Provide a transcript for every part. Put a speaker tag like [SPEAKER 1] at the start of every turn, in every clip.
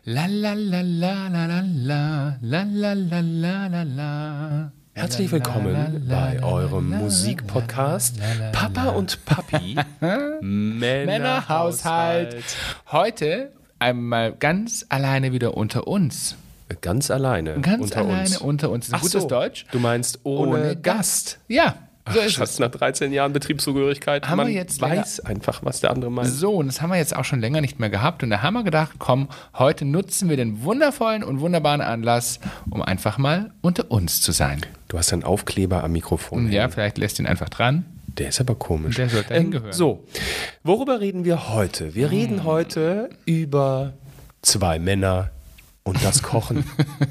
[SPEAKER 1] La la la la la la la la la la la la la.
[SPEAKER 2] Herzlich willkommen bei eurem Musikpodcast Papa und Papi
[SPEAKER 1] Männerhaushalt. Heute einmal ganz alleine wieder unter uns.
[SPEAKER 2] Ganz alleine
[SPEAKER 1] Unter uns. Ist ein gutes Deutsch.
[SPEAKER 2] Du meinst ohne Gast.
[SPEAKER 1] Ja. So ist
[SPEAKER 2] Schatz, nach 13 Jahren Betriebszugehörigkeit,
[SPEAKER 1] man
[SPEAKER 2] weiß einfach, was der andere meint.
[SPEAKER 1] So, und das haben wir jetzt auch schon länger nicht mehr gehabt. Und da haben wir gedacht, komm, heute nutzen wir den wundervollen und wunderbaren Anlass, um einfach mal unter uns zu sein.
[SPEAKER 2] Du hast einen Aufkleber am Mikrofon.
[SPEAKER 1] Ja, vielleicht lässt ihn einfach dran.
[SPEAKER 2] Der ist aber komisch.
[SPEAKER 1] Der sollte hingehören.
[SPEAKER 2] So, worüber reden wir heute? Wir reden heute über 2 Männer und das Kochen.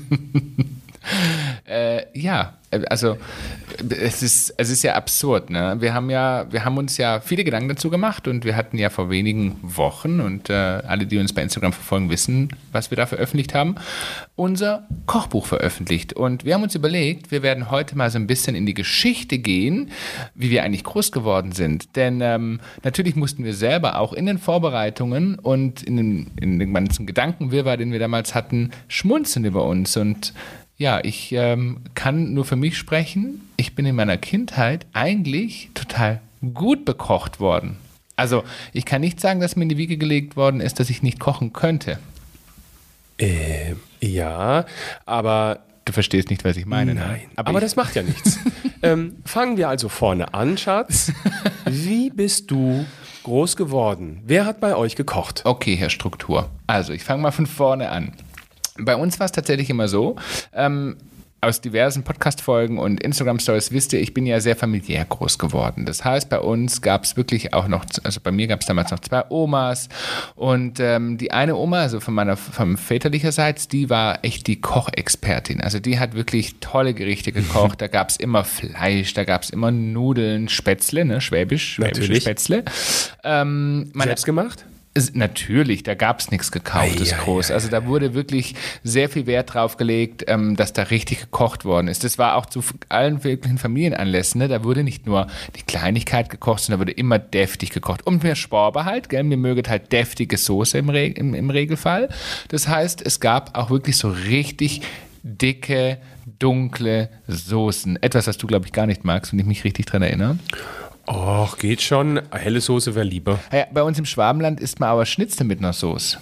[SPEAKER 1] Ja, also es ist ja absurd, ne? Wir haben uns ja viele Gedanken dazu gemacht und wir hatten ja vor wenigen Wochen, und alle, die uns bei Instagram verfolgen, wissen, was wir da veröffentlicht haben, unser Kochbuch veröffentlicht. Und wir haben uns überlegt, wir werden heute mal so ein bisschen in die Geschichte gehen, wie wir eigentlich groß geworden sind. Denn natürlich mussten wir selber auch in den Vorbereitungen und in den ganzen Gedankenwirrwarr, den wir damals hatten, schmunzeln über uns. Und ja, ich kann nur für mich sprechen. Ich bin in meiner Kindheit eigentlich total gut bekocht worden. Also ich kann nicht sagen, dass mir in die Wiege gelegt worden ist, dass ich nicht kochen könnte.
[SPEAKER 2] Ja, aber...
[SPEAKER 1] Du verstehst nicht, was ich meine.
[SPEAKER 2] Nein,
[SPEAKER 1] ne?
[SPEAKER 2] aber das macht ja nichts. Fangen wir also vorne an, Schatz. Wie bist du groß geworden? Wer hat bei euch gekocht?
[SPEAKER 1] Okay, Herr Struktur. Also ich fange mal von vorne an. Bei uns war es tatsächlich immer so, aus diversen Podcast-Folgen und Instagram-Stories wisst ihr, ich bin ja sehr familiär groß geworden. Das heißt, bei uns gab es wirklich auch noch, also bei mir gab es damals noch 2 Omas, und die eine Oma, also vom väterlicherseits, die war echt die Kochexpertin. Also die hat wirklich tolle Gerichte gekocht. Da gab es immer Fleisch, da gab es immer Nudeln, Spätzle, ne, schwäbische Spätzle.
[SPEAKER 2] Selbst gemacht?
[SPEAKER 1] Natürlich, da gab es nichts Gekauftes groß. Also da wurde wirklich sehr viel Wert drauf gelegt, dass da richtig gekocht worden ist. Das war auch zu allen wirklichen Familienanlässen. Ne? Da wurde nicht nur die Kleinigkeit gekocht, sondern da wurde immer deftig gekocht. Und mir Schwaber halt, gell? Mir möget halt deftige Soße im Regelfall. Das heißt, es gab auch wirklich so richtig dicke, dunkle Soßen. Etwas, was du, glaube ich, gar nicht magst, wenn ich mich richtig dran erinnere.
[SPEAKER 2] Och, geht schon. Helle Soße wäre lieber.
[SPEAKER 1] Ja, bei uns im Schwabenland isst man aber Schnitzel mit einer Soße.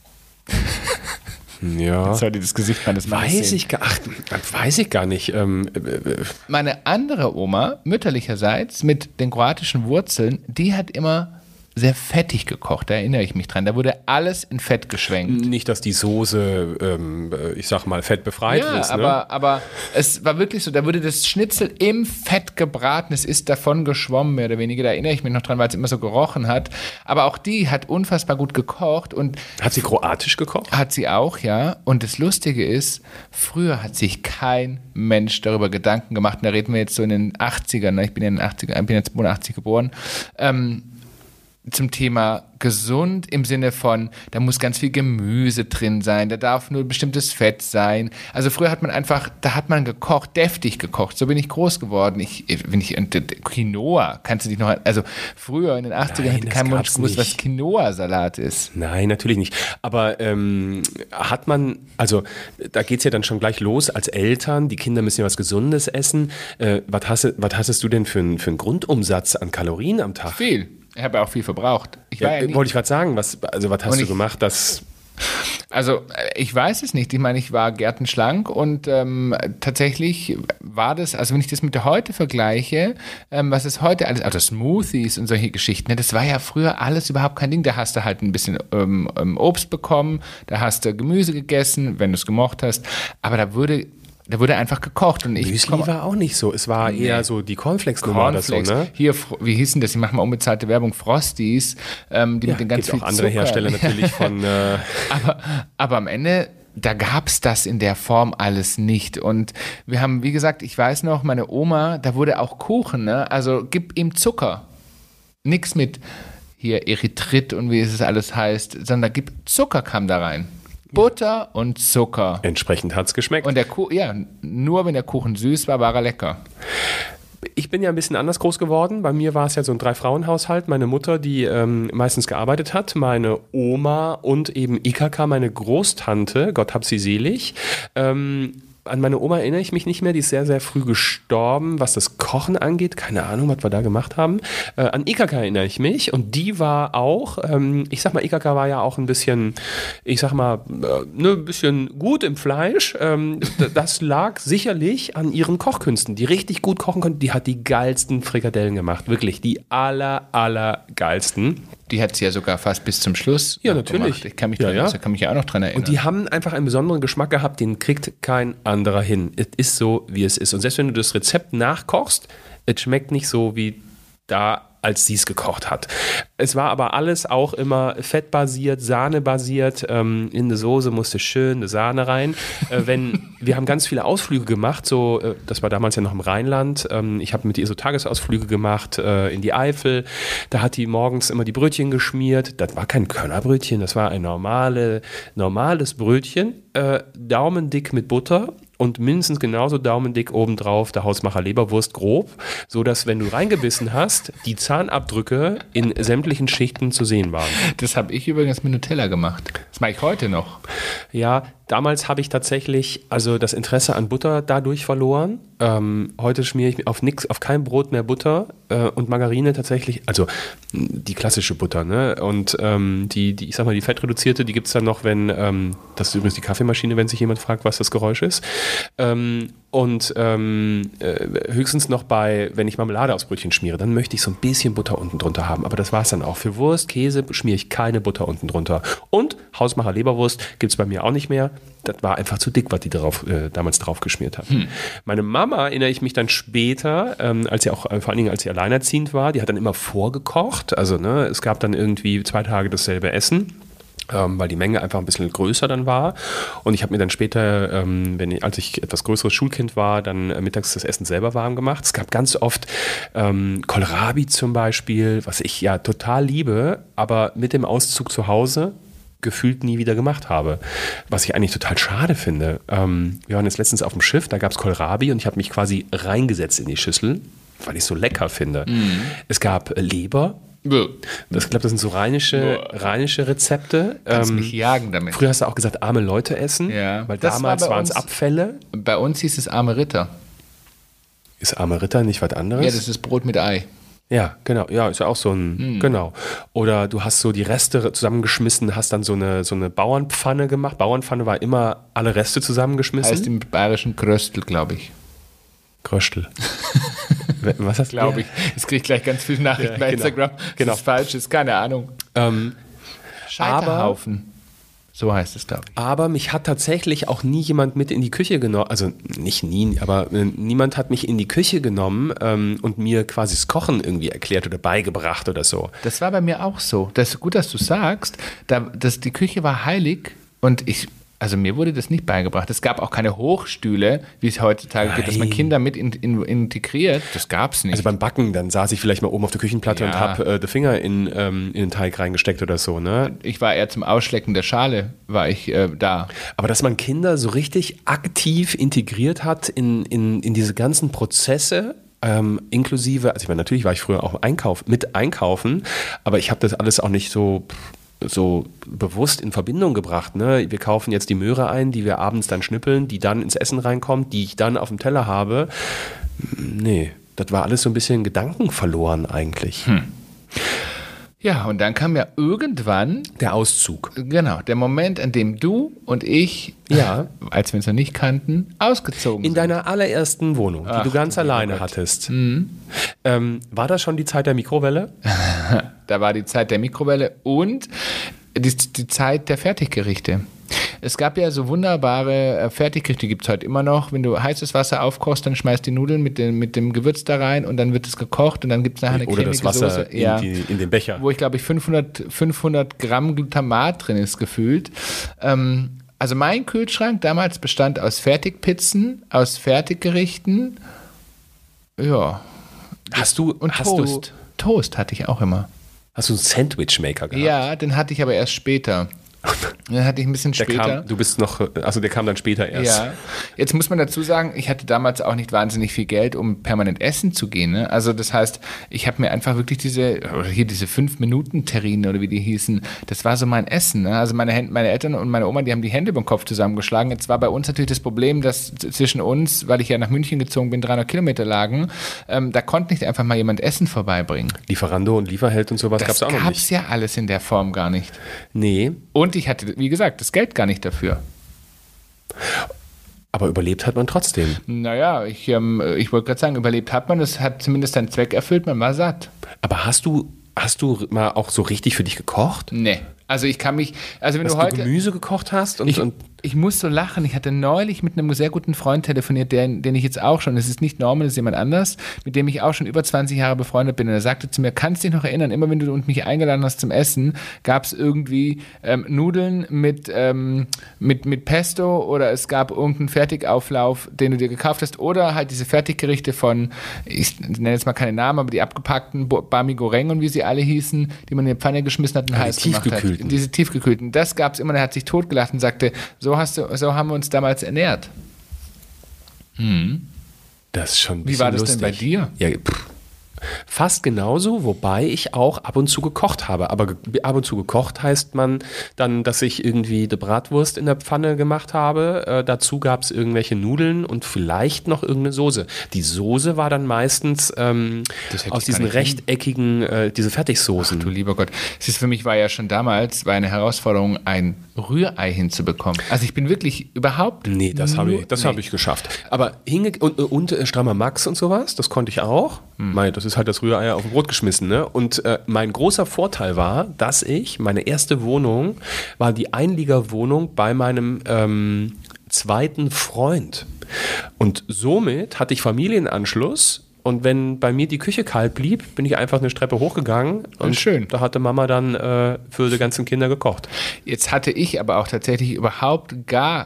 [SPEAKER 2] Ja.
[SPEAKER 1] Jetzt sollte das Gesicht meines Mannes sehen.
[SPEAKER 2] Weiß ich gar nicht.
[SPEAKER 1] Meine andere Oma, mütterlicherseits, mit den kroatischen Wurzeln, die hat immer sehr fettig gekocht, da erinnere ich mich dran. Da wurde alles in Fett geschwenkt.
[SPEAKER 2] Nicht, dass die Soße, ich sag mal, fettbefreit ist.
[SPEAKER 1] Ja, aber es war wirklich so, da wurde das Schnitzel im Fett gebraten, es ist davon geschwommen, mehr oder weniger. Da erinnere ich mich noch dran, weil es immer so gerochen hat. Aber auch die hat unfassbar gut gekocht. Und
[SPEAKER 2] hat sie kroatisch gekocht?
[SPEAKER 1] Hat sie auch, ja. Und das Lustige ist, früher hat sich kein Mensch darüber Gedanken gemacht. Und da reden wir jetzt so in den 80ern, ne? Ich bin jetzt 82 geboren, zum Thema gesund im Sinne von, da muss ganz viel Gemüse drin sein, da darf nur bestimmtes Fett sein. Also früher hat man gekocht, deftig gekocht, so bin ich groß geworden. Quinoa, kannst du dich noch, also früher in den 80ern hat kein Mensch gewusst, was Quinoa-Salat ist.
[SPEAKER 2] Nein, natürlich nicht. Aber hat man, also da geht es ja dann schon gleich los als Eltern, die Kinder müssen ja was Gesundes essen. Was hattest du denn für einen Grundumsatz an Kalorien am Tag?
[SPEAKER 1] Viel. Ich habe ja auch viel verbraucht.
[SPEAKER 2] Wollte ich gerade sagen, was hast du gemacht, dass...
[SPEAKER 1] Also ich weiß es nicht. Ich meine, ich war gärtenschlank und tatsächlich war das, also wenn ich das mit der heute vergleiche, was es heute alles, also Smoothies und solche Geschichten, das war ja früher alles überhaupt kein Ding. Da hast du halt ein bisschen Obst bekommen, da hast du Gemüse gegessen, wenn du es gemocht hast, aber da wurde einfach gekocht. Und
[SPEAKER 2] Müsli war auch nicht so. Es war eher so die Cornflakes-Nummer oder so, ne?
[SPEAKER 1] Hier, wie hießen das? Ich mache mal unbezahlte Werbung. Frosties, die mit den ganz viel
[SPEAKER 2] Zucker. Auch andere Hersteller natürlich von...
[SPEAKER 1] Aber am Ende, da gab es das in der Form alles nicht. Und wir haben, wie gesagt, ich weiß noch, meine Oma, da wurde auch Kuchen, ne? Also gib ihm Zucker. Nix mit hier Erythrit und wie es alles heißt, sondern Zucker kam da rein. Butter und Zucker.
[SPEAKER 2] Entsprechend hat es geschmeckt.
[SPEAKER 1] Und nur wenn der Kuchen süß war, war er lecker.
[SPEAKER 2] Ich bin ja ein bisschen anders groß geworden. Bei mir war es ja so ein 3-Frauen-Haushalt. Meine Mutter, die meistens gearbeitet hat, meine Oma und eben IKK, meine Großtante, Gott hab sie selig. An meine Oma erinnere ich mich nicht mehr, die ist sehr, sehr früh gestorben, was das Kochen angeht. Keine Ahnung, was wir da gemacht haben. An IKK erinnere ich mich und die war auch, ich sag mal, IKK war ja auch ein bisschen, ein bisschen gut im Fleisch. Das lag sicherlich an ihren Kochkünsten, die richtig gut kochen konnte. Die hat die geilsten Frikadellen gemacht, wirklich, die allergeilsten.
[SPEAKER 1] Die hat sie ja sogar fast bis zum Schluss
[SPEAKER 2] natürlich
[SPEAKER 1] gemacht. Ich kann mich ja auch noch dran erinnern.
[SPEAKER 2] Und die haben einfach einen besonderen Geschmack gehabt, den kriegt kein anderer hin. Es ist so, wie es ist. Und selbst wenn du das Rezept nachkochst, es schmeckt nicht so wie da, als sie es gekocht hat. Es war aber alles auch immer fettbasiert, sahnebasiert. In der Soße musste schön eine Sahne rein. Wir haben ganz viele Ausflüge gemacht, das war damals ja noch im Rheinland. Ich habe mit ihr so Tagesausflüge gemacht in die Eifel. Da hat die morgens immer die Brötchen geschmiert. Das war kein Körnerbrötchen, das war ein normales Brötchen, daumendick mit Butter. Und mindestens genauso daumendick obendrauf der Hausmacher Leberwurst grob, sodass, wenn du reingebissen hast, die Zahnabdrücke in sämtlichen Schichten zu sehen waren.
[SPEAKER 1] Das habe ich übrigens mit Nutella gemacht. Das mache ich heute noch.
[SPEAKER 2] Ja, damals habe ich tatsächlich das Interesse an Butter dadurch verloren. Heute schmiere ich auf kein Brot mehr Butter und Margarine tatsächlich, also die klassische Butter, ne? Und die fettreduzierte, die gibt es dann noch, das ist übrigens die Kaffeemaschine, wenn sich jemand fragt, was das Geräusch ist. Höchstens noch wenn ich Marmelade aufs Brötchen schmiere, dann möchte ich so ein bisschen Butter unten drunter haben. Aber das war es dann auch. Für Wurst, Käse schmiere ich keine Butter unten drunter. Und Hausmacher Leberwurst gibt es bei mir auch nicht mehr. Das war einfach zu dick, was die damals drauf geschmiert hat. Meine Mama, erinnere ich mich dann später, vor allen Dingen als sie alleinerziehend war, die hat dann immer vorgekocht. Also es gab dann irgendwie 2 Tage dasselbe Essen. Weil die Menge einfach ein bisschen größer dann war. Und ich habe mir dann später, als ich etwas größeres Schulkind war, dann mittags das Essen selber warm gemacht. Es gab ganz oft Kohlrabi zum Beispiel, was ich ja total liebe, aber mit dem Auszug zu Hause gefühlt nie wieder gemacht habe. Was ich eigentlich total schade finde. Wir waren jetzt letztens auf dem Schiff, da gab es Kohlrabi und ich habe mich quasi reingesetzt in die Schüssel, weil ich es so lecker finde. Es gab Leber. Ich glaube, das sind so rheinische Rezepte.
[SPEAKER 1] Kannst mich jagen damit.
[SPEAKER 2] Früher hast du auch gesagt, arme Leute essen, weil damals waren es Abfälle.
[SPEAKER 1] Bei uns hieß es arme Ritter.
[SPEAKER 2] Ist arme Ritter nicht was anderes?
[SPEAKER 1] Ja, das ist Brot mit Ei.
[SPEAKER 2] Ja, genau. Ja, ist ja auch so ein, genau. Oder du hast so die Reste zusammengeschmissen, hast dann so eine Bauernpfanne gemacht. Bauernpfanne war immer alle Reste zusammengeschmissen.
[SPEAKER 1] Heißt im bayerischen Kröstel, glaube ich.
[SPEAKER 2] Kröstel. Was hast du?
[SPEAKER 1] Glaube ich. Jetzt kriege ich gleich ganz viele Nachrichten bei Instagram.
[SPEAKER 2] Genau.
[SPEAKER 1] Das ist falsch, ist keine Ahnung. Scheiterhaufen. So heißt es, glaube ich.
[SPEAKER 2] Aber mich hat tatsächlich auch nie jemand mit in die Küche genommen. Also nicht nie, aber niemand hat mich in die Küche genommen und mir quasi das Kochen irgendwie erklärt oder beigebracht oder so.
[SPEAKER 1] Das war bei mir auch so. Das ist gut, dass du sagst. Die Küche war heilig und mir wurde das nicht beigebracht. Es gab auch keine Hochstühle, wie es heutzutage gibt, dass man Kinder mit integriert. Das gab es nicht.
[SPEAKER 2] Also beim Backen, dann saß ich vielleicht mal oben auf der Küchenplatte und habe den Finger in den Teig reingesteckt oder so, ne?
[SPEAKER 1] Ich war eher zum Ausschlecken der Schale, war ich da.
[SPEAKER 2] Aber dass man Kinder so richtig aktiv integriert hat in diese ganzen Prozesse, inklusive, also natürlich war ich früher auch einkaufen, aber ich habe das alles auch nicht so bewusst in Verbindung gebracht. Ne? Wir kaufen jetzt die Möhre ein, die wir abends dann schnippeln, die dann ins Essen reinkommt, die ich dann auf dem Teller habe. Nee, das war alles so ein bisschen Gedanken verloren eigentlich.
[SPEAKER 1] Ja, und dann kam ja irgendwann
[SPEAKER 2] der Auszug.
[SPEAKER 1] Genau, der Moment, an dem du und ich, als wir uns noch nicht kannten, ausgezogen
[SPEAKER 2] sind. In deiner allerersten Wohnung, die du ganz alleine hattest. War das schon die Zeit der Mikrowelle?
[SPEAKER 1] Da war die Zeit der Mikrowelle und die Zeit der Fertiggerichte. Es gab ja so wunderbare Fertiggerichte, die gibt es heute immer noch. Wenn du heißes Wasser aufkochst, dann schmeißt die Nudeln mit dem Gewürz da rein und dann wird es gekocht und dann gibt es nachher eine cremige Soße. Oder das Wasser
[SPEAKER 2] in den Becher.
[SPEAKER 1] Wo ich glaube 500 Gramm Glutamat drin ist gefühlt. Also mein Kühlschrank damals bestand aus Fertigpizzen, aus Fertiggerichten. Ja. Toast hatte ich auch immer.
[SPEAKER 2] Hast du einen Sandwichmaker gehabt?
[SPEAKER 1] Ja, den hatte ich aber erst später. Dann hatte ich ein bisschen später.
[SPEAKER 2] Der kam dann später erst.
[SPEAKER 1] Ja, jetzt muss man dazu sagen, ich hatte damals auch nicht wahnsinnig viel Geld, um permanent essen zu gehen. Ne? Also das heißt, ich habe mir einfach wirklich diese 5-Minuten-Terrine oder wie die hießen, das war so mein Essen. Ne? Also meine Eltern und meine Oma, die haben die Hände über den Kopf zusammengeschlagen. Jetzt war bei uns natürlich das Problem, dass zwischen uns, weil ich ja nach München gezogen bin, 300 Kilometer lagen, da konnte nicht einfach mal jemand Essen vorbeibringen.
[SPEAKER 2] Lieferando und Lieferheld und sowas gab es auch noch nicht.
[SPEAKER 1] Das gab es ja alles in der Form gar nicht.
[SPEAKER 2] Nee.
[SPEAKER 1] Und ich hatte, wie gesagt, das Geld gar nicht dafür.
[SPEAKER 2] Aber überlebt hat man trotzdem.
[SPEAKER 1] Naja, ich wollte gerade sagen, überlebt hat man, es hat zumindest seinen Zweck erfüllt, man war satt.
[SPEAKER 2] Aber hast du mal auch so richtig für dich gekocht?
[SPEAKER 1] Nee. Also ich kann mich, also wenn
[SPEAKER 2] Dass
[SPEAKER 1] du heute
[SPEAKER 2] Gemüse gekocht hast
[SPEAKER 1] ich muss so lachen. Ich hatte neulich mit einem sehr guten Freund telefoniert, den ich jetzt auch schon, das ist nicht Norman, das ist jemand anders, mit dem ich auch schon über 20 Jahre befreundet bin. Und er sagte zu mir, kannst du dich noch erinnern, immer wenn du mich eingeladen hast zum Essen, gab es irgendwie Nudeln mit Pesto oder es gab irgendeinen Fertigauflauf, den du dir gekauft hast oder halt diese Fertiggerichte von, ich nenne jetzt mal keine Namen, aber die abgepackten Bami Goreng und wie sie alle hießen, die man in die Pfanne geschmissen hat und heiß gemacht hat. Diese tiefgekühlten. Das gab es immer, er hat sich totgelacht und sagte, so haben wir uns damals ernährt.
[SPEAKER 2] Das ist schon ein
[SPEAKER 1] Wie war das
[SPEAKER 2] lustig.
[SPEAKER 1] denn bei dir?
[SPEAKER 2] Ja, fast genauso, wobei ich auch ab und zu gekocht habe. Aber ab und zu gekocht heißt man dann, dass ich irgendwie die Bratwurst in der Pfanne gemacht habe. Dazu gab es irgendwelche Nudeln und vielleicht noch irgendeine Soße. Die Soße war dann meistens aus diesen rechteckigen, diese Fertigsoßen.
[SPEAKER 1] Ach, du lieber Gott. Für mich war ja schon damals eine Herausforderung, ein Rührei hinzubekommen. Also ich bin wirklich überhaupt...
[SPEAKER 2] Nee, das habe ich geschafft. Aber und strammer Max und sowas, das konnte ich auch. Das ist halt das Rührei auf dem Brot geschmissen. Ne? Und mein großer Vorteil war, dass meine erste Wohnung war die Einliegerwohnung bei meinem zweiten Freund. Und somit hatte ich Familienanschluss. Und wenn bei mir die Küche kalt blieb, bin ich einfach eine Treppe hochgegangen und
[SPEAKER 1] schön.
[SPEAKER 2] Da hatte Mama dann für die ganzen Kinder gekocht.
[SPEAKER 1] Jetzt hatte ich aber auch tatsächlich überhaupt gar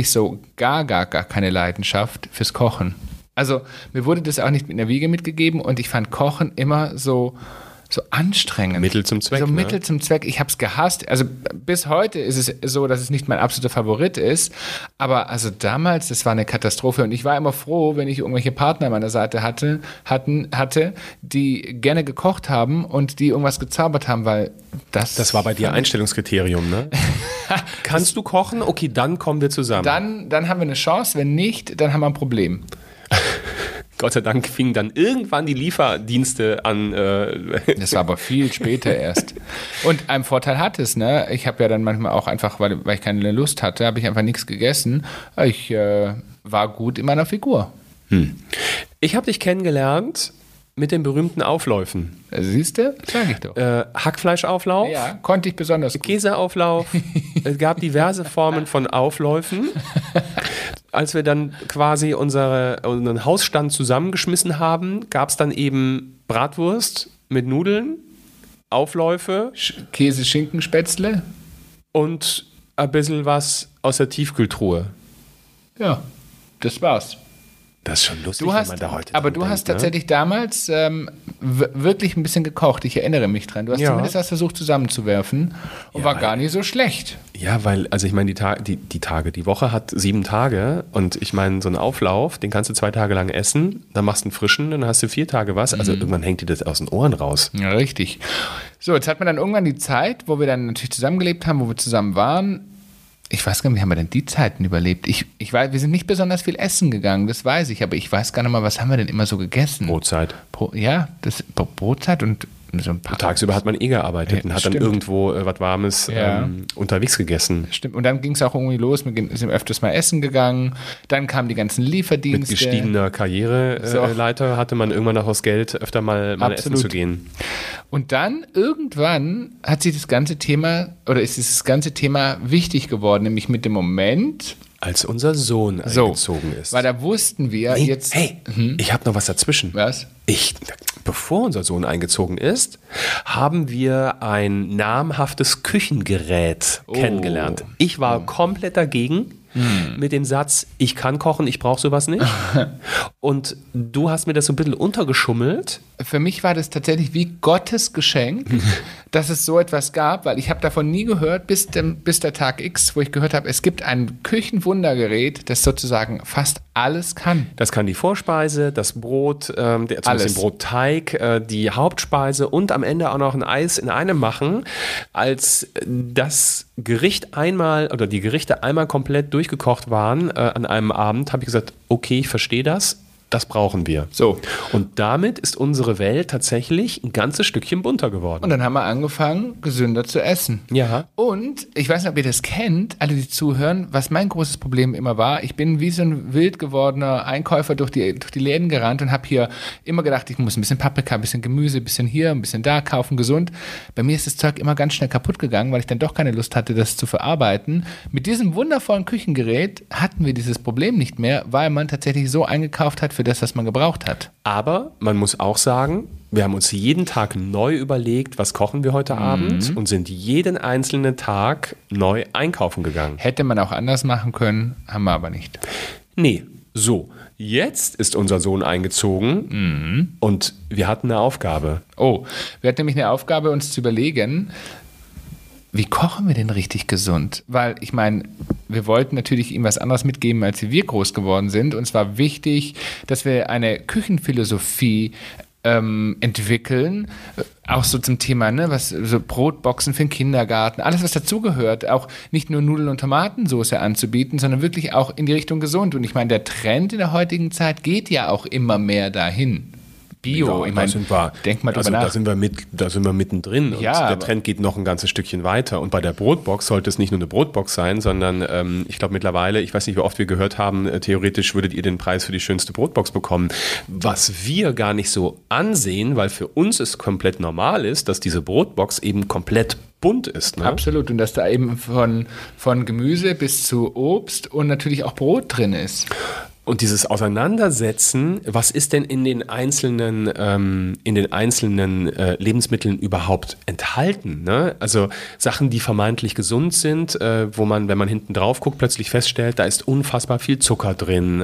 [SPEAKER 1] keine Leidenschaft fürs Kochen. Also mir wurde das auch nicht mit einer Wiege mitgegeben und ich fand Kochen immer so anstrengend.
[SPEAKER 2] Mittel zum Zweck.
[SPEAKER 1] Mittel zum Zweck. Ich habe es gehasst. Also bis heute ist es so, dass es nicht mein absoluter Favorit ist. Aber also damals, das war eine Katastrophe. Und ich war immer froh, wenn ich irgendwelche Partner an meiner Seite hatte, die gerne gekocht haben und die irgendwas gezaubert haben, weil
[SPEAKER 2] das war bei dir Einstellungskriterium, ne? Kannst du kochen? Okay, dann kommen wir zusammen.
[SPEAKER 1] Dann haben wir eine Chance. Wenn nicht, dann haben wir ein Problem.
[SPEAKER 2] Gott sei Dank fingen dann irgendwann die Lieferdienste an.
[SPEAKER 1] Das war aber viel später erst. Und einen Vorteil hat es, ne? Ich habe ja dann manchmal auch einfach, weil ich keine Lust hatte, habe ich einfach nichts gegessen. Ich war gut in meiner Figur.
[SPEAKER 2] Ich habe dich kennengelernt mit den berühmten Aufläufen.
[SPEAKER 1] Siehst du? Sag ich doch.
[SPEAKER 2] Hackfleischauflauf.
[SPEAKER 1] Ja, konnte ich besonders gut.
[SPEAKER 2] Käseauflauf. Es gab diverse Formen von Aufläufen. Als wir dann quasi unseren Hausstand zusammengeschmissen haben, gab es dann eben Bratwurst mit Nudeln, Aufläufe.
[SPEAKER 1] Käse-Schinkenspätzle.
[SPEAKER 2] Und ein bisschen was aus der Tiefkühltruhe.
[SPEAKER 1] Ja, das war's.
[SPEAKER 2] Das ist schon lustig, wenn man da heute
[SPEAKER 1] aber du
[SPEAKER 2] denkt,
[SPEAKER 1] hast tatsächlich damals wirklich ein bisschen gekocht. Ich erinnere mich dran. Du hast zumindest was versucht zusammenzuwerfen und war gar nicht so schlecht.
[SPEAKER 2] Ja, weil, also ich meine, die Woche hat 7 Tage und ich meine, so ein Auflauf, den kannst du 2 Tage lang essen, dann machst du einen frischen, dann hast du 4 Tage was. Also irgendwann hängt dir das aus den Ohren raus.
[SPEAKER 1] Ja, richtig. So, jetzt hat man dann irgendwann die Zeit, wo wir dann natürlich zusammengelebt haben, wo wir zusammen waren. Ich weiß gar nicht, wie haben wir denn die Zeiten überlebt? Ich weiß, wir sind nicht besonders viel essen gegangen, das weiß ich, aber ich weiß gar nicht mal, was haben wir denn immer so gegessen?
[SPEAKER 2] Brotzeit.
[SPEAKER 1] Brotzeit und so ein paar.
[SPEAKER 2] Tagsüber hat man gearbeitet und hat dann irgendwo was Warmes unterwegs gegessen.
[SPEAKER 1] Stimmt, und dann ging es auch irgendwie los, wir sind öfters mal essen gegangen, dann kamen die ganzen Lieferdienste.
[SPEAKER 2] Mit gestiegener Karriereleiter hatte man irgendwann noch das Geld, öfter mal essen zu gehen.
[SPEAKER 1] Und dann irgendwann hat sich ist dieses ganze Thema wichtig geworden, nämlich mit dem Moment,
[SPEAKER 2] als unser Sohn eingezogen ist.
[SPEAKER 1] Weil da wussten wir jetzt...
[SPEAKER 2] Ich habe noch was dazwischen.
[SPEAKER 1] Was?
[SPEAKER 2] Bevor unser Sohn eingezogen ist, haben wir ein namhaftes Küchengerät kennengelernt. Ich war komplett dagegen. mit dem Satz, ich kann kochen, ich brauche sowas nicht. Und du hast mir das so ein bisschen untergeschummelt.
[SPEAKER 1] Für mich war das tatsächlich wie Gottes Geschenk, dass es so etwas gab, weil ich habe davon nie gehört, bis der Tag X, wo ich gehört habe, es gibt ein Küchenwundergerät, das sozusagen fast alles kann.
[SPEAKER 2] Das kann die Vorspeise, das Brot, den Brotteig, die Hauptspeise und am Ende auch noch ein Eis in einem machen. Als das Gericht einmal oder die Gerichte einmal komplett durchgekocht waren an einem Abend, habe ich gesagt, okay, ich verstehe das. Das brauchen wir.
[SPEAKER 1] So.
[SPEAKER 2] Und damit ist unsere Welt tatsächlich ein ganzes Stückchen bunter geworden.
[SPEAKER 1] Und dann haben wir angefangen, gesünder zu essen.
[SPEAKER 2] Ja.
[SPEAKER 1] Und ich weiß nicht, ob ihr das kennt, alle, die zuhören, was mein großes Problem immer war. Ich bin wie so ein wild gewordener Einkäufer durch die Läden gerannt und habe hier immer gedacht, ich muss ein bisschen Paprika, ein bisschen Gemüse, ein bisschen hier, ein bisschen da kaufen, gesund. Bei mir ist das Zeug immer ganz schnell kaputt gegangen, weil ich dann doch keine Lust hatte, das zu verarbeiten. Mit diesem wundervollen Küchengerät hatten wir dieses Problem nicht mehr, weil man tatsächlich so eingekauft hat für das, was man gebraucht hat.
[SPEAKER 2] Aber man muss auch sagen, wir haben uns jeden Tag neu überlegt, was kochen wir heute Abend und sind jeden einzelnen Tag neu einkaufen gegangen.
[SPEAKER 1] Hätte man auch anders machen können, haben wir aber nicht.
[SPEAKER 2] Nee, so. Jetzt ist unser Sohn eingezogen und wir hatten eine Aufgabe.
[SPEAKER 1] Oh, wir hatten nämlich eine Aufgabe, uns zu überlegen, wie kochen wir denn richtig gesund? Weil, ich meine, wir wollten natürlich ihm was anderes mitgeben, als wir groß geworden sind. Und es war wichtig, dass wir eine Küchenphilosophie entwickeln, auch so zum Thema, ne, was so Brotboxen für den Kindergarten, alles was dazugehört, auch nicht nur Nudeln und Tomatensoße anzubieten, sondern wirklich auch in die Richtung gesund. Und ich meine, der Trend in der heutigen Zeit geht ja auch immer mehr dahin. Bio,
[SPEAKER 2] ja,
[SPEAKER 1] ich meine, denk mal drüber nach.
[SPEAKER 2] Da sind wir mittendrin und
[SPEAKER 1] ja,
[SPEAKER 2] der Trend geht noch ein ganzes Stückchen weiter. Und bei der Brotbox sollte es nicht nur eine Brotbox sein, sondern ich glaube mittlerweile, ich weiß nicht, wie oft wir gehört haben, theoretisch würdet ihr den Preis für die schönste Brotbox bekommen. Was wir gar nicht so ansehen, weil für uns es komplett normal ist, dass diese Brotbox eben komplett bunt ist. Ne?
[SPEAKER 1] Absolut. Und dass da eben von Gemüse bis zu Obst und natürlich auch Brot drin ist.
[SPEAKER 2] Und dieses Auseinandersetzen, was ist denn in den einzelnen Lebensmitteln überhaupt enthalten? Ne? Also Sachen, die vermeintlich gesund sind, wo man, wenn man hinten drauf guckt, plötzlich feststellt, da ist unfassbar viel Zucker drin.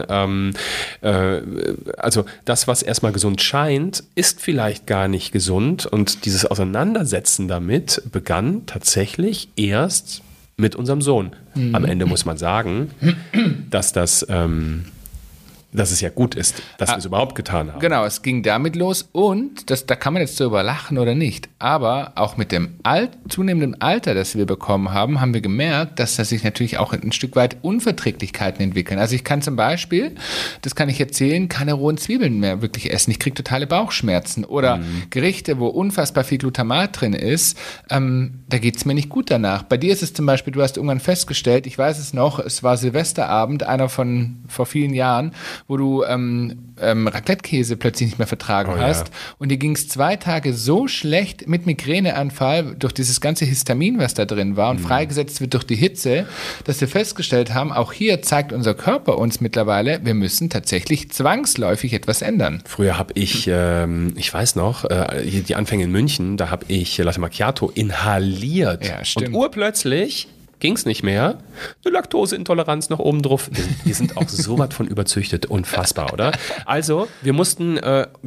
[SPEAKER 2] Also das, was erstmal gesund scheint, ist vielleicht gar nicht gesund. Und dieses Auseinandersetzen damit begann tatsächlich erst mit unserem Sohn. Am Ende muss man sagen, dass es ja gut ist, dass wir es überhaupt getan haben.
[SPEAKER 1] Genau, es ging damit los und da kann man jetzt darüber lachen oder nicht, aber auch mit dem zunehmenden Alter, das wir bekommen haben, haben wir gemerkt, dass da sich natürlich auch ein Stück weit Unverträglichkeiten entwickeln. Also ich kann zum Beispiel, das kann ich erzählen, keine rohen Zwiebeln mehr wirklich essen. Ich kriege totale Bauchschmerzen oder Gerichte, wo unfassbar viel Glutamat drin ist, da geht es mir nicht gut danach. Bei dir ist es zum Beispiel, du hast irgendwann festgestellt, ich weiß es noch, es war Silvesterabend, einer von vor vielen Jahren, wo du Raclette-Käse plötzlich nicht mehr vertragen hast. Und dir ging es 2 Tage so schlecht mit Migräneanfall durch dieses ganze Histamin, was da drin war und freigesetzt wird durch die Hitze, dass wir festgestellt haben, auch hier zeigt unser Körper uns mittlerweile, wir müssen tatsächlich zwangsläufig etwas ändern.
[SPEAKER 2] Früher habe ich weiß noch, die Anfänge in München, da habe ich Latte Macchiato inhaliert.
[SPEAKER 1] Ja, stimmt.
[SPEAKER 2] Und urplötzlich ging es nicht mehr. Eine Laktoseintoleranz noch oben drauf. Wir sind auch so was von überzüchtet. Unfassbar, oder? Also, wir mussten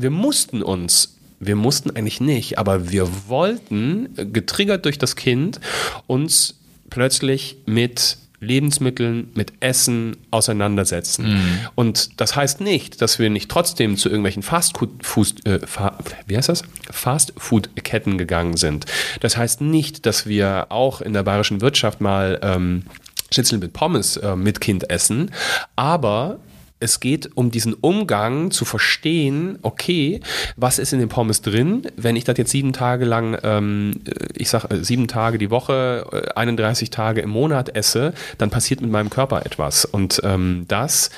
[SPEAKER 2] eigentlich nicht, aber wir wollten, getriggert durch das Kind, uns plötzlich mit Lebensmitteln, mit Essen auseinandersetzen. Und das heißt nicht, dass wir nicht trotzdem zu irgendwelchen Fast-Food-Ketten gegangen sind. Das heißt nicht, dass wir auch in der bayerischen Wirtschaft mal Schnitzel mit Pommes mit Kind essen, aber es geht um diesen Umgang zu verstehen, okay, was ist in den Pommes drin, wenn ich das jetzt 7 Tage lang, 7 Tage die Woche, 31 Tage im Monat esse, dann passiert mit meinem Körper etwas. Und damit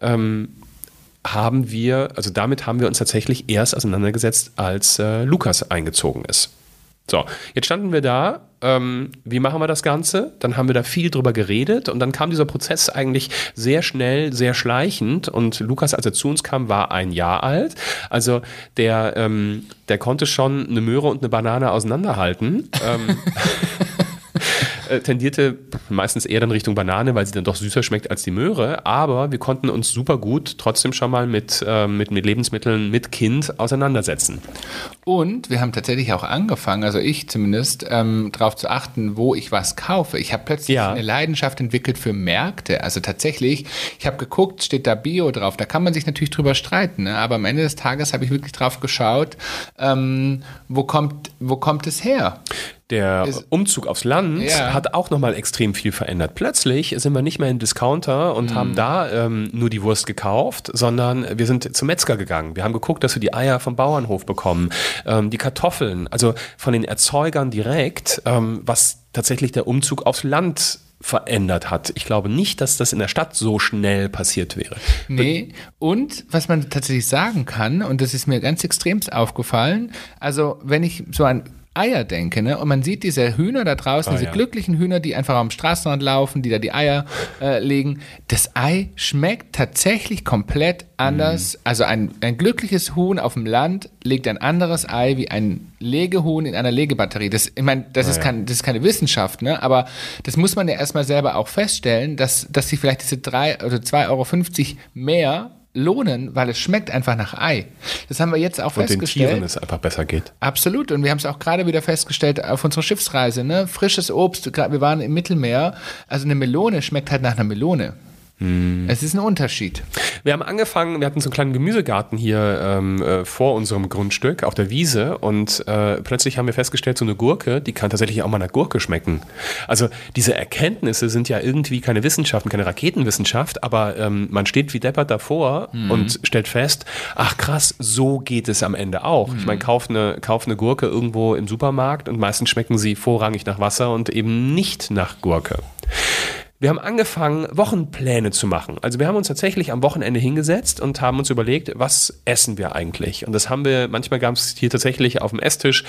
[SPEAKER 2] haben wir uns tatsächlich erst auseinandergesetzt, als Lukas eingezogen ist. So, jetzt standen wir da, wie machen wir das Ganze? Dann haben wir da viel drüber geredet und dann kam dieser Prozess eigentlich sehr schnell, sehr schleichend und Lukas, als er zu uns kam, war 1 Jahr alt. Also der konnte schon eine Möhre und eine Banane auseinanderhalten. tendierte meistens eher dann Richtung Banane, weil sie dann doch süßer schmeckt als die Möhre. Aber wir konnten uns super gut trotzdem schon mal mit Lebensmitteln mit Kind auseinandersetzen.
[SPEAKER 1] Und wir haben tatsächlich auch angefangen, also ich zumindest, darauf zu achten, wo ich was kaufe. Ich habe plötzlich eine Leidenschaft entwickelt für Märkte. Also tatsächlich, ich habe geguckt, steht da Bio drauf. Da kann man sich natürlich drüber streiten, ne? Aber am Ende des Tages habe ich wirklich drauf geschaut, wo kommt es her?
[SPEAKER 2] Der Umzug aufs Land hat auch nochmal extrem viel verändert. Plötzlich sind wir nicht mehr im Discounter und haben da nur die Wurst gekauft, sondern wir sind zum Metzger gegangen. Wir haben geguckt, dass wir die Eier vom Bauernhof bekommen, die Kartoffeln, also von den Erzeugern direkt, was tatsächlich der Umzug aufs Land verändert hat. Ich glaube nicht, dass das in der Stadt so schnell passiert wäre.
[SPEAKER 1] Nee, und was man tatsächlich sagen kann, und das ist mir ganz extremst aufgefallen, also wenn ich so an Eier denke, ne? Und man sieht diese Hühner da draußen, diese glücklichen Hühner, die einfach am Straßenrand laufen, die da die Eier legen. Das Ei schmeckt tatsächlich komplett anders. Also ein glückliches Huhn auf dem Land legt ein anderes Ei wie ein Legehuhn in einer Legebatterie. Das ist keine Wissenschaft, ne? Aber das muss man ja erstmal selber auch feststellen, dass sich vielleicht diese 3 oder 2,50 Euro mehr lohnen, weil es schmeckt einfach nach Ei. Das haben wir jetzt auch festgestellt.
[SPEAKER 2] Und den Tieren es einfach besser geht.
[SPEAKER 1] Absolut. Und wir haben es auch gerade wieder festgestellt auf unserer Schiffsreise. Ne? Frisches Obst, wir waren im Mittelmeer. Also eine Melone schmeckt halt nach einer Melone. Es ist ein Unterschied.
[SPEAKER 2] Wir haben angefangen, wir hatten so einen kleinen Gemüsegarten hier vor unserem Grundstück auf der Wiese und plötzlich haben wir festgestellt, so eine Gurke, die kann tatsächlich auch mal nach Gurke schmecken. Also diese Erkenntnisse sind ja irgendwie keine Wissenschaft, keine Raketenwissenschaft, aber man steht wie deppert davor und stellt fest, ach krass, so geht es am Ende auch. Ich meine, kauf eine Gurke irgendwo im Supermarkt und meistens schmecken sie vorrangig nach Wasser und eben nicht nach Gurke. Wir haben angefangen, Wochenpläne zu machen. Also wir haben uns tatsächlich am Wochenende hingesetzt und haben uns überlegt, was essen wir eigentlich? Und das haben wir, manchmal gab es hier tatsächlich auf dem Esstisch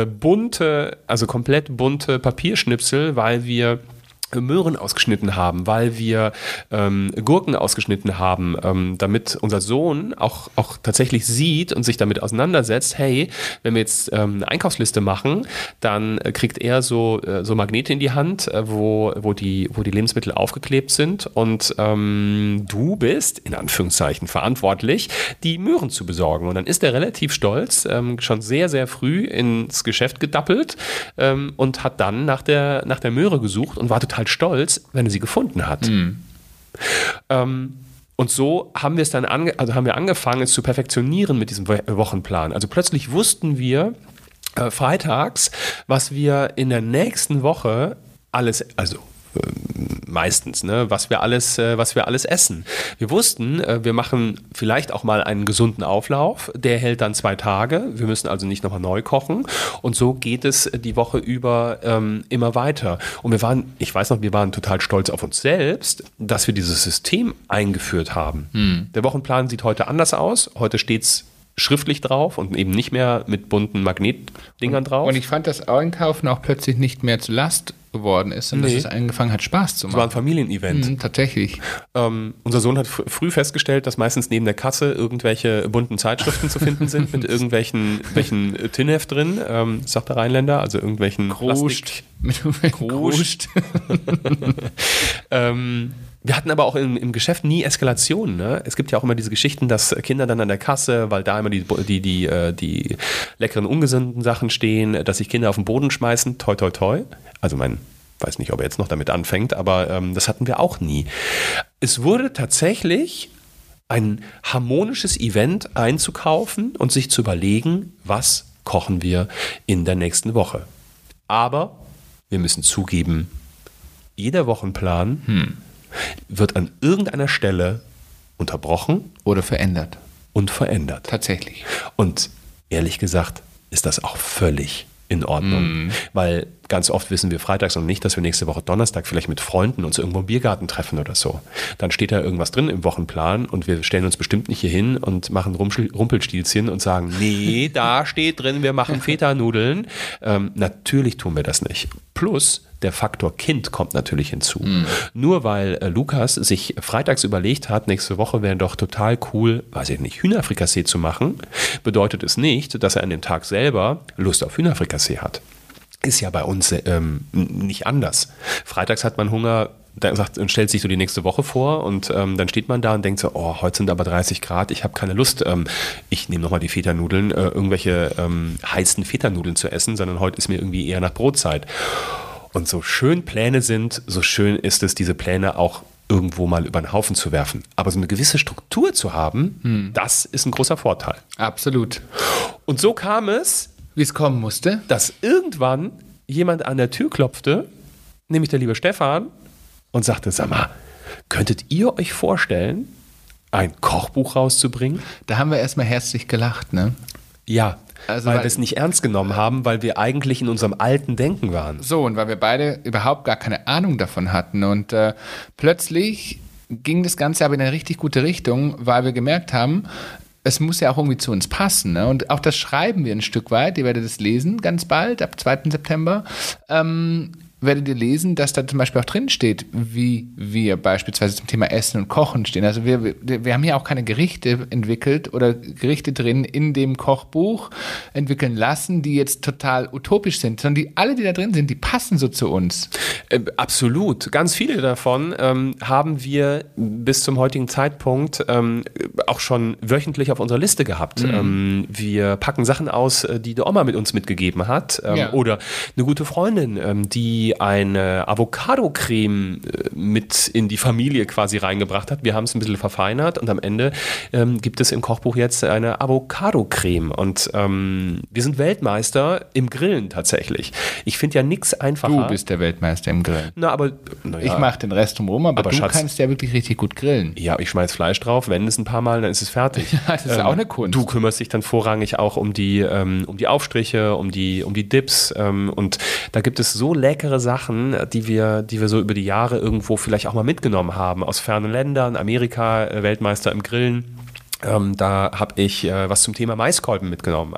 [SPEAKER 2] komplett bunte Papierschnipsel, weil wir Möhren ausgeschnitten haben, weil wir Gurken ausgeschnitten haben, damit unser Sohn auch tatsächlich sieht und sich damit auseinandersetzt, hey, wenn wir jetzt eine Einkaufsliste machen, dann kriegt er so Magnete in die Hand, wo die Lebensmittel aufgeklebt sind und du bist, in Anführungszeichen, verantwortlich, die Möhren zu besorgen. Und dann ist er relativ stolz, schon sehr, sehr früh ins Geschäft gedappelt und hat dann nach der Möhre gesucht und war total stolz, wenn er sie gefunden hat. Und so haben wir es dann angefangen, es zu perfektionieren mit diesem Wochenplan. Also plötzlich wussten wir freitags, was wir in der nächsten Woche alles, meistens, ne, was wir alles essen. Wir wussten, wir machen vielleicht auch mal einen gesunden Auflauf, der hält dann 2 Tage. Wir müssen also nicht nochmal neu kochen. Und so geht es die Woche über immer weiter. Und wir waren total stolz auf uns selbst, dass wir dieses System eingeführt haben. Der Wochenplan sieht heute anders aus. Heute steht's schriftlich drauf und eben nicht mehr mit bunten Magnetdingern drauf.
[SPEAKER 1] Und ich fand, dass Einkaufen auch plötzlich nicht mehr zur Last geworden ist und dass es angefangen hat, Spaß zu machen.
[SPEAKER 2] Es war ein Familienevent.
[SPEAKER 1] Tatsächlich.
[SPEAKER 2] Unser Sohn hat früh festgestellt, dass meistens neben der Kasse irgendwelche bunten Zeitschriften zu finden sind mit irgendwelchen Tinheft drin, sagt der Rheinländer, also irgendwelchen
[SPEAKER 1] Kruscht.
[SPEAKER 2] Kruscht. Wir hatten aber auch im Geschäft nie Eskalationen. Ne? Es gibt ja auch immer diese Geschichten, dass Kinder dann an der Kasse, weil da immer die leckeren, ungesunden Sachen stehen, dass sich Kinder auf den Boden schmeißen. Toi, toi, toi. Also weiß nicht, ob er jetzt noch damit anfängt, aber das hatten wir auch nie. Es wurde tatsächlich ein harmonisches Event einzukaufen und sich zu überlegen, was kochen wir in der nächsten Woche. Aber wir müssen zugeben, jeder Wochenplan wird an irgendeiner Stelle unterbrochen
[SPEAKER 1] oder verändert.
[SPEAKER 2] Und verändert.
[SPEAKER 1] Tatsächlich.
[SPEAKER 2] Und ehrlich gesagt ist das auch völlig in Ordnung. Weil ganz oft wissen wir freitags noch nicht, dass wir nächste Woche Donnerstag vielleicht mit Freunden uns irgendwo im Biergarten treffen oder so. Dann steht da irgendwas drin im Wochenplan und wir stellen uns bestimmt nicht hier hin und machen Rumpelstilzchen und sagen, nee, da steht drin, wir machen Feta-Nudeln. Natürlich tun wir das nicht. Plus, der Faktor Kind kommt natürlich hinzu. Nur weil Lukas sich freitags überlegt hat, nächste Woche wäre doch total cool, weiß ich nicht, Hühnerfrikassee zu machen, bedeutet es nicht, dass er an dem Tag selber Lust auf Hühnerfrikassee hat. Ist ja bei uns nicht anders. Freitags hat man Hunger, und stellt sich so die nächste Woche vor und dann steht man da und denkt so, oh, heute sind aber 30 Grad, ich habe keine Lust, ich nehme nochmal die Feta-Nudeln, irgendwelche heißen Feta-Nudeln zu essen, sondern heute ist mir irgendwie eher nach Brotzeit. Und so schön Pläne sind, so schön ist es, diese Pläne auch irgendwo mal über den Haufen zu werfen. Aber so eine gewisse Struktur zu haben, das ist ein großer Vorteil.
[SPEAKER 1] Absolut.
[SPEAKER 2] Und so kam es,
[SPEAKER 1] Wie es kommen musste.
[SPEAKER 2] dass irgendwann jemand an der Tür klopfte, nämlich der liebe Stefan, und sagte, sag mal, könntet ihr euch vorstellen, ein Kochbuch rauszubringen?
[SPEAKER 1] Da haben wir erstmal herzlich gelacht, ne?
[SPEAKER 2] Ja,
[SPEAKER 1] Also,
[SPEAKER 2] weil
[SPEAKER 1] weil-
[SPEAKER 2] wir es nicht ernst genommen haben, weil wir eigentlich in unserem alten Denken waren.
[SPEAKER 1] So, und weil wir beide überhaupt gar keine Ahnung davon hatten. Und plötzlich ging das Ganze aber in eine richtig gute Richtung, weil wir gemerkt haben, es muss ja auch irgendwie zu uns passen. Ne? Und auch das schreiben wir ein Stück weit. Ihr werdet es lesen ganz bald, ab 2. September. Werdet ihr lesen, dass da zum Beispiel auch drin steht, wie wir beispielsweise zum Thema Essen und Kochen stehen. Also wir haben hier auch keine Gerichte entwickelt oder Gerichte drin in dem Kochbuch entwickeln lassen, die jetzt total utopisch sind, sondern alle, die da drin sind, die passen so zu uns.
[SPEAKER 2] Absolut. Ganz viele davon haben wir bis zum heutigen Zeitpunkt auch schon wöchentlich auf unserer Liste gehabt. Wir packen Sachen aus, die die Oma mit uns mitgegeben hat.
[SPEAKER 1] Ja.
[SPEAKER 2] Oder eine gute Freundin, die eine Avocado-Creme mit in die Familie quasi reingebracht hat. Wir haben es ein bisschen verfeinert und am Ende gibt es im Kochbuch jetzt eine Avocado-Creme. Und wir sind Weltmeister im Grillen tatsächlich. Ich finde ja nichts einfacher.
[SPEAKER 1] Du bist der Weltmeister im Grillen.
[SPEAKER 2] Na,
[SPEAKER 1] Ich mache den Rest drumherum, aber du
[SPEAKER 2] Schatz,
[SPEAKER 1] kannst ja wirklich richtig gut grillen.
[SPEAKER 2] ja, ich schmeiß Fleisch drauf, wende es ein paar Mal, dann ist es fertig.
[SPEAKER 1] Ja, das ist auch eine Kunst.
[SPEAKER 2] Du kümmerst dich dann vorrangig auch um die Aufstriche, um die Dips. Und da gibt es so leckere Sachen, die wir so über die Jahre irgendwo vielleicht auch mal mitgenommen haben. Aus fernen Ländern, Amerika, Weltmeister im Grillen. Da habe ich was zum Thema Maiskolben mitgenommen.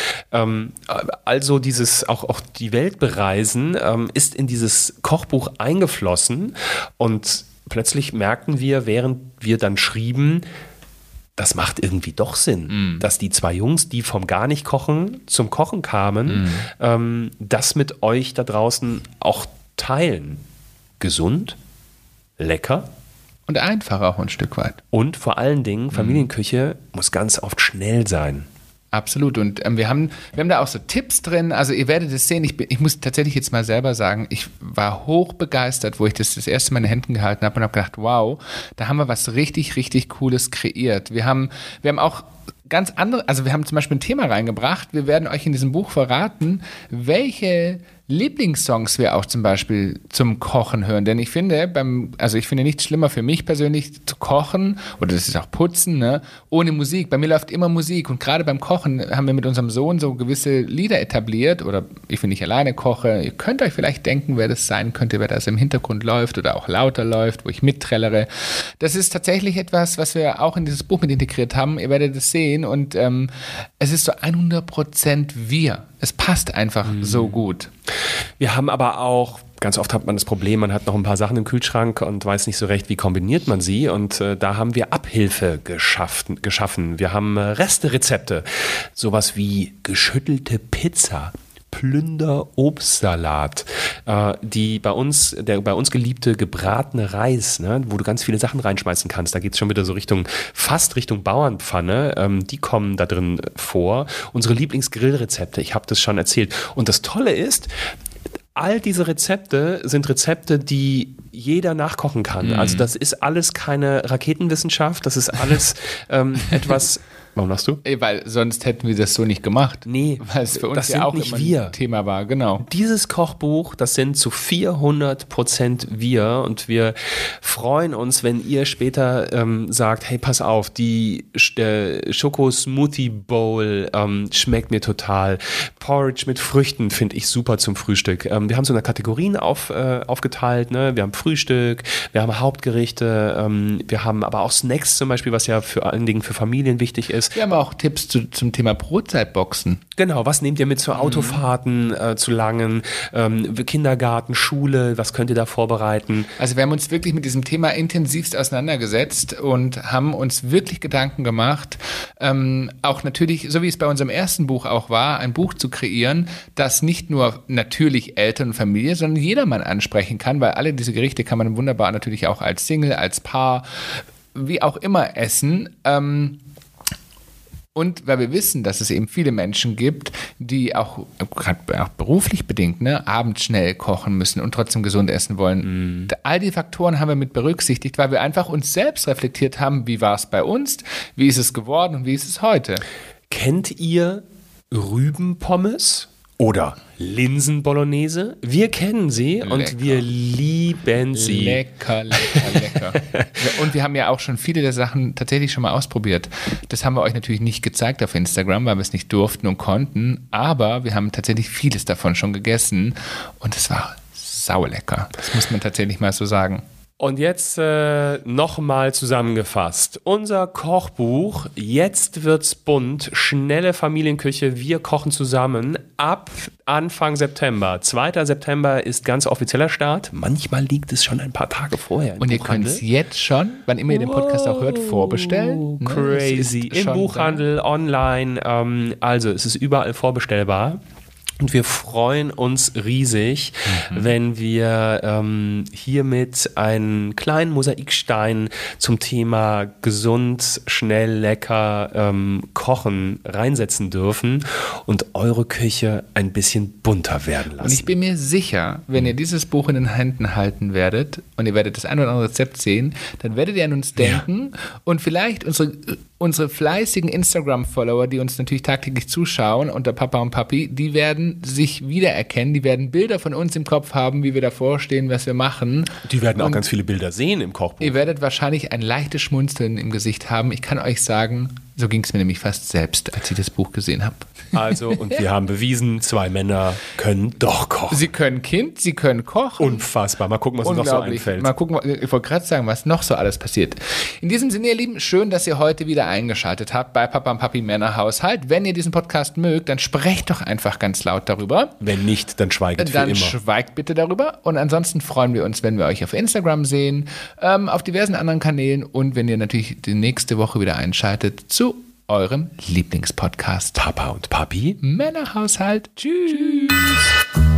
[SPEAKER 2] Also dieses auch die Welt bereisen ist in dieses Kochbuch eingeflossen und plötzlich merkten wir, während wir dann schrieben, das macht irgendwie doch Sinn, dass die zwei Jungs, die vom gar nicht kochen zum Kochen kamen, das mit euch da draußen auch teilen. Gesund, lecker.
[SPEAKER 1] Und einfach auch ein Stück weit.
[SPEAKER 2] Und vor allen Dingen, Familienküche muss ganz oft schnell sein.
[SPEAKER 1] Absolut. Und wir haben da auch so Tipps drin. Also ihr werdet es sehen. Ich muss tatsächlich jetzt mal selber sagen, ich war hoch begeistert, wo ich das erste Mal in den Händen gehalten habe und habe gedacht, wow, da haben wir was richtig, richtig Cooles kreiert. Wir haben auch ganz andere, also wir haben zum Beispiel ein Thema reingebracht. Wir werden euch in diesem Buch verraten, welche Lieblingssongs wir auch zum Beispiel zum Kochen hören. Denn ich finde, ich finde nichts schlimmer für mich persönlich zu kochen, oder das ist auch Putzen, ne, ohne Musik. Bei mir läuft immer Musik und gerade beim Kochen haben wir mit unserem Sohn so gewisse Lieder etabliert, oder ich, wenn ich alleine koche, ihr könnt euch vielleicht denken, wer das sein könnte, wer das im Hintergrund läuft oder auch lauter läuft, wo ich mitträllere. Das ist tatsächlich etwas, was wir auch in dieses Buch mit integriert haben. Ihr werdet es sehen und es ist so 100% wir. Es passt einfach so gut.
[SPEAKER 2] Wir haben aber auch, ganz oft hat man das Problem, man hat noch ein paar Sachen im Kühlschrank und weiß nicht so recht, wie kombiniert man sie. Und da haben wir Abhilfe geschaffen. Wir haben Resterezepte. Sowas wie geschüttelte Pizza. Plünder-Obstsalat, der bei uns geliebte gebratene Reis, ne, wo du ganz viele Sachen reinschmeißen kannst. Da geht es schon wieder so fast Richtung Bauernpfanne. Die kommen da drin vor. Unsere Lieblingsgrillrezepte, ich habe das schon erzählt. Und das Tolle ist, all diese Rezepte sind Rezepte, die jeder nachkochen kann. Also das ist alles keine Raketenwissenschaft, das ist alles etwas... Warum lachst du?
[SPEAKER 1] Weil sonst hätten wir das so nicht gemacht.
[SPEAKER 2] Nee,
[SPEAKER 1] weil es für uns
[SPEAKER 2] das
[SPEAKER 1] ja
[SPEAKER 2] sind
[SPEAKER 1] auch
[SPEAKER 2] nicht
[SPEAKER 1] immer
[SPEAKER 2] wir.
[SPEAKER 1] ein Thema war, genau.
[SPEAKER 2] Dieses Kochbuch, das sind zu 400% wir und wir freuen uns, wenn ihr später sagt, hey, pass auf, der Schoko-Smoothie Bowl schmeckt mir total. Porridge mit Früchten finde ich super zum Frühstück. Wir haben so eine Kategorien aufgeteilt, ne? Wir haben Frühstück, wir haben Hauptgerichte, wir haben aber auch Snacks zum Beispiel, was ja vor allen Dingen für Familien wichtig ist.
[SPEAKER 1] Wir haben auch Tipps zum Thema Brotzeitboxen.
[SPEAKER 2] Genau, was nehmt ihr mit zu Autofahrten, zu langen, Kindergarten, Schule, was könnt ihr da vorbereiten?
[SPEAKER 1] Also wir haben uns wirklich mit diesem Thema intensivst auseinandergesetzt und haben uns wirklich Gedanken gemacht, auch natürlich, so wie es bei unserem ersten Buch auch war, ein Buch zu kreieren, das nicht nur natürlich Eltern und Familie, sondern jedermann ansprechen kann, weil alle diese Gerichte kann man wunderbar natürlich auch als Single, als Paar, wie auch immer essen. Und weil wir wissen, dass es eben viele Menschen gibt, die auch beruflich bedingt abends schnell kochen müssen und trotzdem gesund essen wollen. All die Faktoren haben wir mit berücksichtigt, weil wir einfach uns selbst reflektiert haben, wie war es bei uns, wie ist es geworden und wie ist es heute.
[SPEAKER 2] Kennt ihr Rübenpommes oder Linsenbolognese? Wir kennen sie und wir lieben sie.
[SPEAKER 1] Lecker. Und wir haben ja auch schon viele der Sachen tatsächlich schon mal ausprobiert. Das haben wir euch natürlich nicht gezeigt auf Instagram, weil wir es nicht durften und konnten, aber wir haben tatsächlich vieles davon schon gegessen und es war saulecker. Das muss man tatsächlich mal so sagen.
[SPEAKER 2] Und jetzt nochmal zusammengefasst. Unser Kochbuch, jetzt wird's bunt, schnelle Familienküche, wir kochen zusammen ab Anfang September. 2. September ist ganz offizieller Start. Manchmal liegt es schon ein paar Tage vorher.
[SPEAKER 1] Und ihr könnt es jetzt schon, wann immer ihr den Podcast auch hört, vorbestellen.
[SPEAKER 2] Crazy. Im Buchhandel, online, also es ist überall vorbestellbar. Und wir freuen uns riesig, wenn wir hiermit einen kleinen Mosaikstein zum Thema gesund, schnell, lecker Kochen reinsetzen dürfen und eure Küche ein bisschen bunter werden lassen.
[SPEAKER 1] Und ich bin mir sicher, wenn ihr dieses Buch in den Händen halten werdet und ihr werdet das ein oder andere Rezept sehen, dann werdet ihr an uns denken und vielleicht unsere fleißigen Instagram-Follower, die uns natürlich tagtäglich zuschauen, unter Papa und Papi, die werden sich wiedererkennen, die werden Bilder von uns im Kopf haben, wie wir davor stehen, was wir machen.
[SPEAKER 2] Die werden auch ganz viele Bilder sehen im Kochbuch.
[SPEAKER 1] Ihr werdet wahrscheinlich ein leichtes Schmunzeln im Gesicht haben. Ich kann euch sagen, so ging es mir nämlich fast selbst, als ich das Buch gesehen habe.
[SPEAKER 2] Also, und wir haben bewiesen, 2 Männer können doch kochen.
[SPEAKER 1] Sie können sie können kochen.
[SPEAKER 2] Unfassbar. Mal gucken, was uns noch so einfällt.
[SPEAKER 1] Mal gucken, ich wollte gerade sagen, was noch so alles passiert. In diesem Sinne, ihr Lieben, schön, dass ihr heute wieder eingeschaltet habt bei Papa und Papi Männerhaushalt. Wenn ihr diesen Podcast mögt, dann sprecht doch einfach ganz laut darüber.
[SPEAKER 2] Wenn nicht, dann schweigt für immer.
[SPEAKER 1] Dann schweigt bitte darüber. Und ansonsten freuen wir uns, wenn wir euch auf Instagram sehen, auf diversen anderen Kanälen und wenn ihr natürlich die nächste Woche wieder einschaltet zu eurem Lieblingspodcast.
[SPEAKER 2] Papa und Papi
[SPEAKER 1] Männerhaushalt. Tschüss.